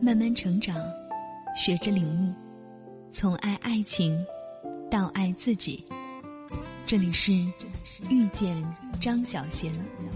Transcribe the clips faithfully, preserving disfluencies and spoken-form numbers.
慢慢成长，学着领悟，从爱爱情到爱自己。这里是遇见张小娴。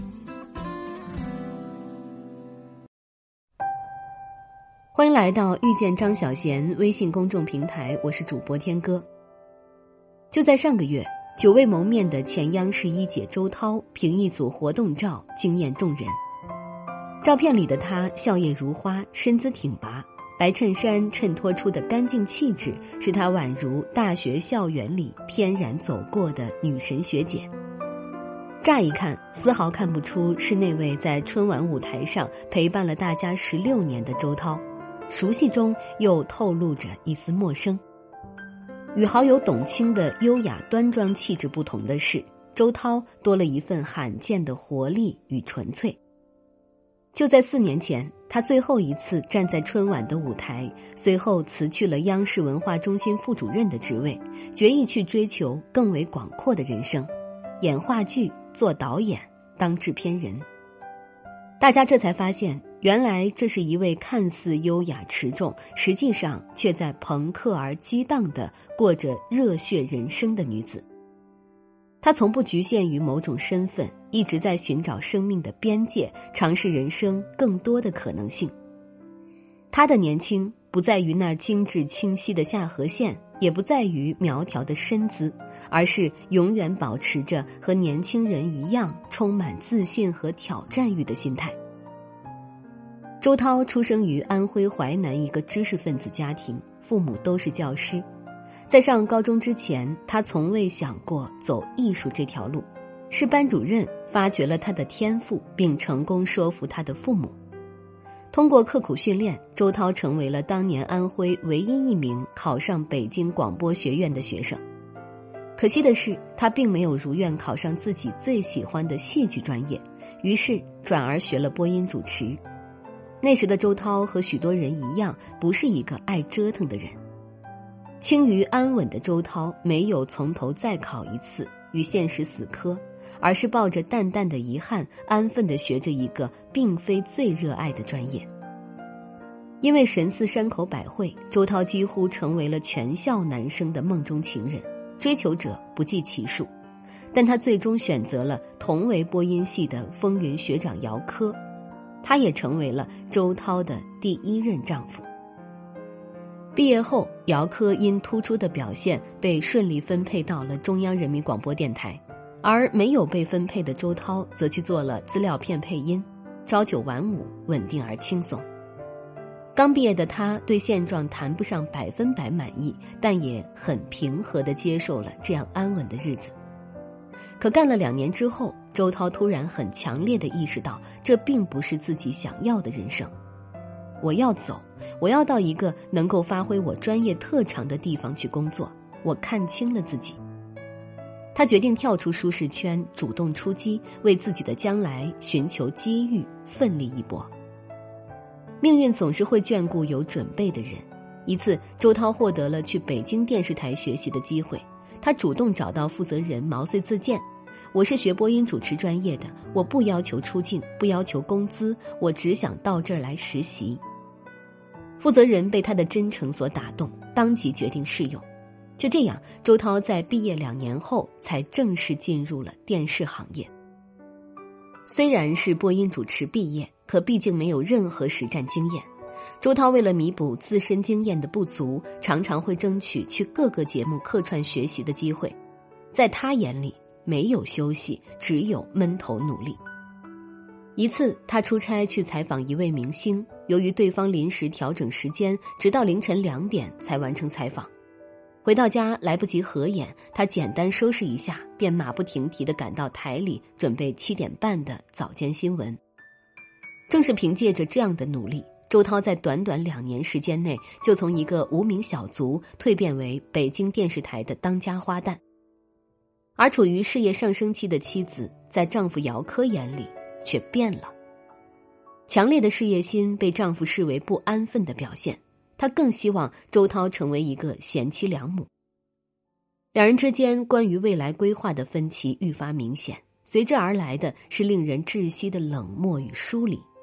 欢迎来到遇见张小娴微信公众平台，我是主播天歌。就在上个月，久未谋面的前央视一姐周涛凭一组活动照惊艳众人。照片里的她笑靥如花，身姿挺拔，白衬衫衬托出的干净气质使她宛如大学校园里翩然走过的女神学姐。乍一看丝毫看不出是那位在春晚舞台上陪伴了大家十六年的周涛，熟悉中又透露着一丝陌生。与好友董卿的优雅端庄气质不同的是，周涛多了一份罕见的活力与纯粹。就在四年前，他最后一次站在春晚的舞台，随后辞去了央视文化中心副主任的职位，决意去追求更为广阔的人生，演话剧、做导演、当制片人。大家这才发现，原来这是一位看似优雅持重，实际上却在朋克而激荡地过着热血人生的女子。她从不局限于某种身份，一直在寻找生命的边界，尝试人生更多的可能性。她的年轻不在于那精致清晰的下颌线，也不在于苗条的身姿，而是永远保持着和年轻人一样充满自信和挑战欲的心态。周涛出生于安徽淮南一个知识分子家庭，父母都是教师。在上高中之前，他从未想过走艺术这条路，是班主任发掘了他的天赋，并成功说服他的父母。通过刻苦训练，周涛成为了当年安徽唯一一名考上北京广播学院的学生。可惜的是，他并没有如愿考上自己最喜欢的戏剧专业，于是转而学了播音主持。那时的周涛和许多人一样，不是一个爱折腾的人。轻于安稳的周涛没有从头再考一次，与现实死磕，而是抱着淡淡的遗憾，安分地学着一个并非最热爱的专业。因为神似山口百惠，周涛几乎成为了全校男生的梦中情人，追求者不计其数。但他最终选择了同为播音系的风云学长姚科，他也成为了周涛的第一任丈夫。毕业后，姚科因突出的表现被顺利分配到了中央人民广播电台，而没有被分配的周涛则去做了资料片配音，朝九晚五，稳定而轻松。刚毕业的他对现状谈不上百分百满意，但也很平和地接受了这样安稳的日子。可干了两年之后，周涛突然很强烈地意识到，这并不是自己想要的人生。我要走，我要到一个能够发挥我专业特长的地方去工作，我看清了自己。他决定跳出舒适圈，主动出击，为自己的将来寻求机遇，奋力一搏。命运总是会眷顾有准备的人。一次，周涛获得了去北京电视台学习的机会，他主动找到负责人，毛遂自荐。我是学播音主持专业的，我不要求出镜，不要求工资，我只想到这儿来实习。负责人被他的真诚所打动，当即决定试用。就这样，周涛在毕业两年后才正式进入了电视行业。虽然是播音主持毕业，可毕竟没有任何实战经验。周涛为了弥补自身经验的不足，常常会争取去各个节目客串学习的机会。在他眼里，没有休息，只有闷头努力。一次，他出差去采访一位明星，由于对方临时调整时间，直到凌晨两点才完成采访。回到家来不及合眼，他简单收拾一下，便马不停蹄地赶到台里，准备七点半的早间新闻。正是凭借着这样的努力，周涛在短短两年时间内，就从一个无名小卒蜕变为北京电视台的当家花旦。而处于事业上升期的妻子，在丈夫姚科眼里却变了。强烈的事业心被丈夫视为不安分的表现，她更希望周涛成为一个贤妻良母。两人之间关于未来规划的分歧愈发明显，随之而来的是令人窒息的冷漠与疏离。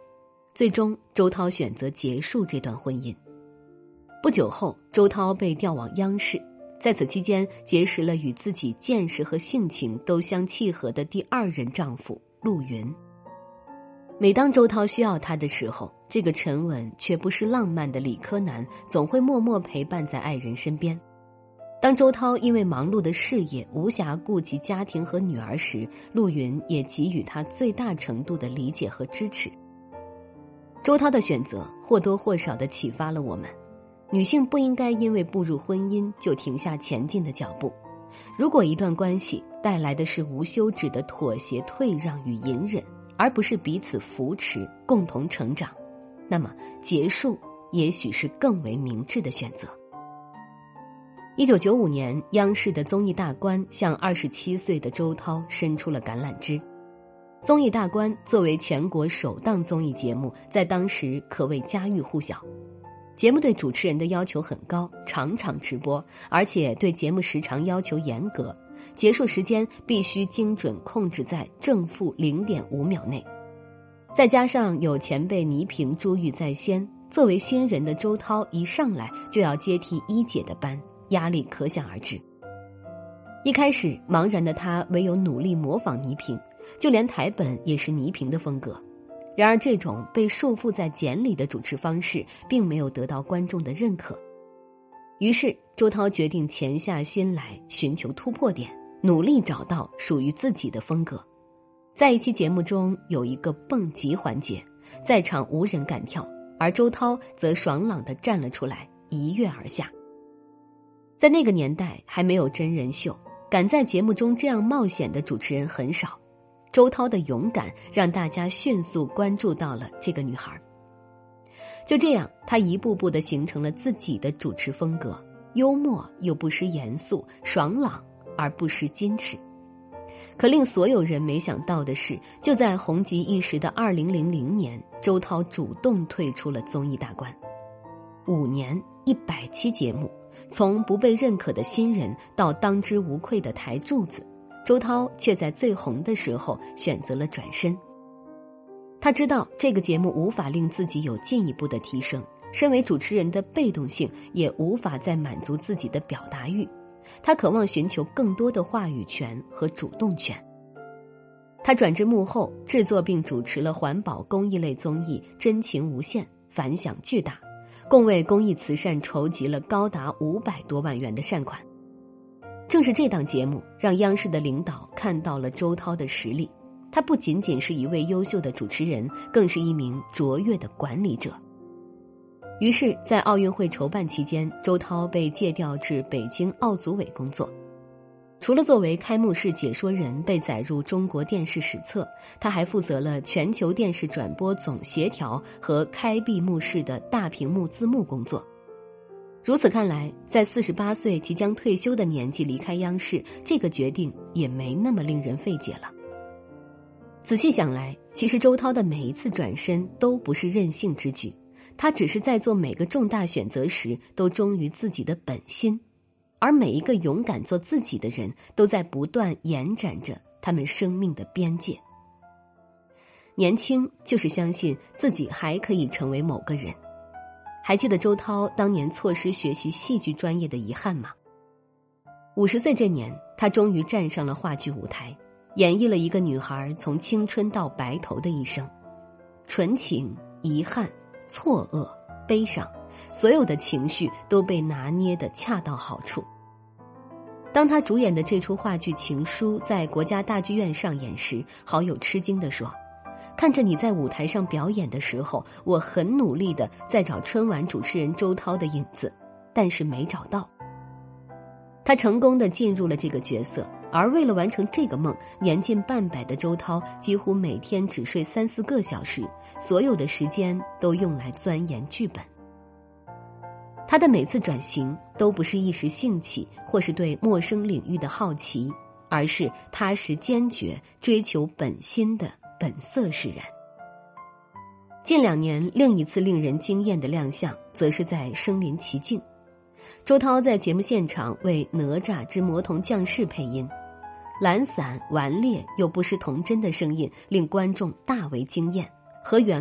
最终周涛选择结束这段婚姻。不久后，周涛被调往央视，在此期间结识了与自己见识和性情都相契合的第二任丈夫陆云。每当周涛需要他的时候，这个沉稳却不失浪漫的理科男总会默默陪伴在爱人身边。当周涛因为忙碌的事业无暇顾及家庭和女儿时，陆云也给予他最大程度的理解和支持。周涛的选择或多或少地启发了我们，女性不应该因为步入婚姻就停下前进的脚步。如果一段关系带来的是无休止的妥协、退让与隐忍，而不是彼此扶持、共同成长，那么结束也许是更为明智的选择。一九九五年，央视的综艺大观向二十七岁的周涛伸出了橄榄枝。综艺大观作为全国首档综艺节目，在当时可谓家喻户晓。节目对主持人的要求很高，场场直播，而且对节目时长要求严格，结束时间必须精准控制在正负 零点五 秒内。再加上有前辈倪萍珠玉在先，作为新人的周涛一上来就要接替一姐的班，压力可想而知。一开始茫然的他唯有努力模仿倪萍，就连台本也是倪萍的风格。然而这种被束缚在茧里的主持方式并没有得到观众的认可。于是周涛决定潜下心来，寻求突破点，努力找到属于自己的风格。在一期节目中有一个蹦极环节，在场无人敢跳，而周涛则爽朗地站了出来，一跃而下。在那个年代还没有真人秀，敢在节目中这样冒险的主持人很少。周涛的勇敢让大家迅速关注到了这个女孩。就这样，她一步步地形成了自己的主持风格，幽默又不失严肃，爽朗而不失矜持。可令所有人没想到的是，就在红极一时的二零零零年，周涛主动退出了综艺大观。五年一百期节目，从不被认可的新人到当之无愧的台柱子，周涛却在最红的时候选择了转身。他知道这个节目无法令自己有进一步的提升，身为主持人的被动性也无法再满足自己的表达欲，他渴望寻求更多的话语权和主动权。他转至幕后，制作并主持了环保公益类综艺《真情无限》，反响巨大，共为公益慈善筹集了高达五百多万元的善款。正是这档节目让央视的领导看到了周涛的实力，他不仅仅是一位优秀的主持人，更是一名卓越的管理者。于是在奥运会筹办期间，周涛被借调至北京奥组委工作。除了作为开幕式解说人被载入中国电视史册，他还负责了全球电视转播总协调和开闭幕式的大屏幕字幕工作。如此看来，在四十八岁即将退休的年纪离开央视，这个决定也没那么令人费解了。仔细想来，其实周涛的每一次转身都不是任性之举，他只是在做每个重大选择时都忠于自己的本心，而每一个勇敢做自己的人都在不断延展着他们生命的边界。年轻就是相信自己还可以成为某个人。还记得周涛当年错失学习戏剧专业的遗憾吗？五十岁这年，他终于站上了话剧舞台，演绎了一个女孩从青春到白头的一生，纯情、遗憾、错愕、悲伤，所有的情绪都被拿捏得恰到好处。当他主演的这出话剧《情书》在国家大剧院上演时，好友吃惊地说，看着你在舞台上表演的时候，我很努力地在找春晚主持人周涛的影子，但是没找到。他成功地进入了这个角色，而为了完成这个梦，年近半百的周涛几乎每天只睡三四个小时，所有的时间都用来钻研剧本。他的每次转型都不是一时兴起，或是对陌生领域的好奇，而是踏实坚决追求本心的本色使然。近两年另一次令人惊艳的亮相，则是在《身临其境》。周涛在节目现场为哪吒之魔童降世配音，懒散顽劣又不失童真的声音令观众大为惊艳，和原版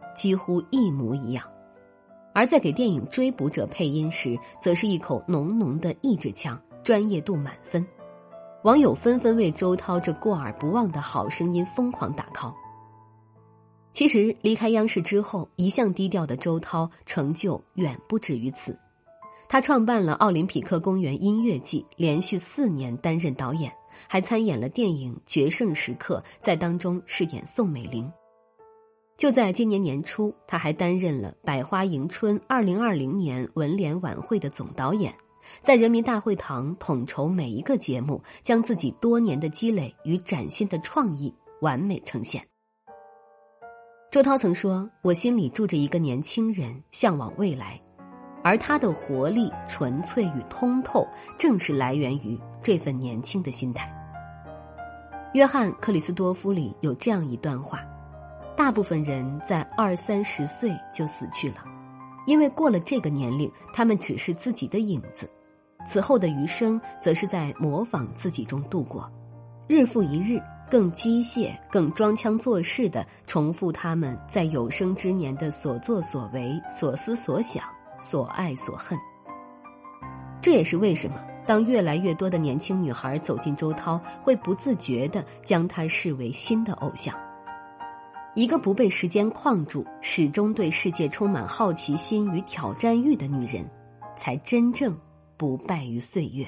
几乎一模一样。而在给电影《追捕者》配音时，则是一口浓浓的意志腔，专业度满分。网友纷纷为周涛这过耳不忘的好声音疯狂打 call。 其实离开央视之后，一向低调的周涛成就远不止于此。他创办了奥林匹克公园音乐季，连续四年担任导演，还参演了电影《决胜时刻》，在当中饰演宋美龄。就在今年年初，他还担任了百花迎春二零二零年文联晚会的总导演，在人民大会堂统筹每一个节目，将自己多年的积累与崭新的创意完美呈现。周涛曾说，我心里住着一个年轻人，向往未来，而他的活力、纯粹与通透，正是来源于这份年轻的心态。约翰·克里斯多夫里有这样一段话，大部分人在二三十岁就死去了，因为过了这个年龄，他们只是自己的影子，此后的余生则是在模仿自己中度过，日复一日，更机械、更装腔作势地重复他们在有生之年的所作所为、所思所想、所爱所恨。这也是为什么当越来越多的年轻女孩走进周涛，会不自觉地将他视为新的偶像。一个不被时间框住，始终对世界充满好奇心与挑战欲的女人，才真正不败于岁月。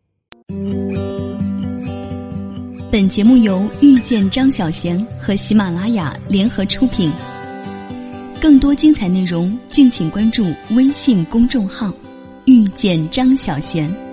本节目由遇见张小娴和喜马拉雅联合出品，更多精彩内容敬请关注微信公众号遇见张小娴。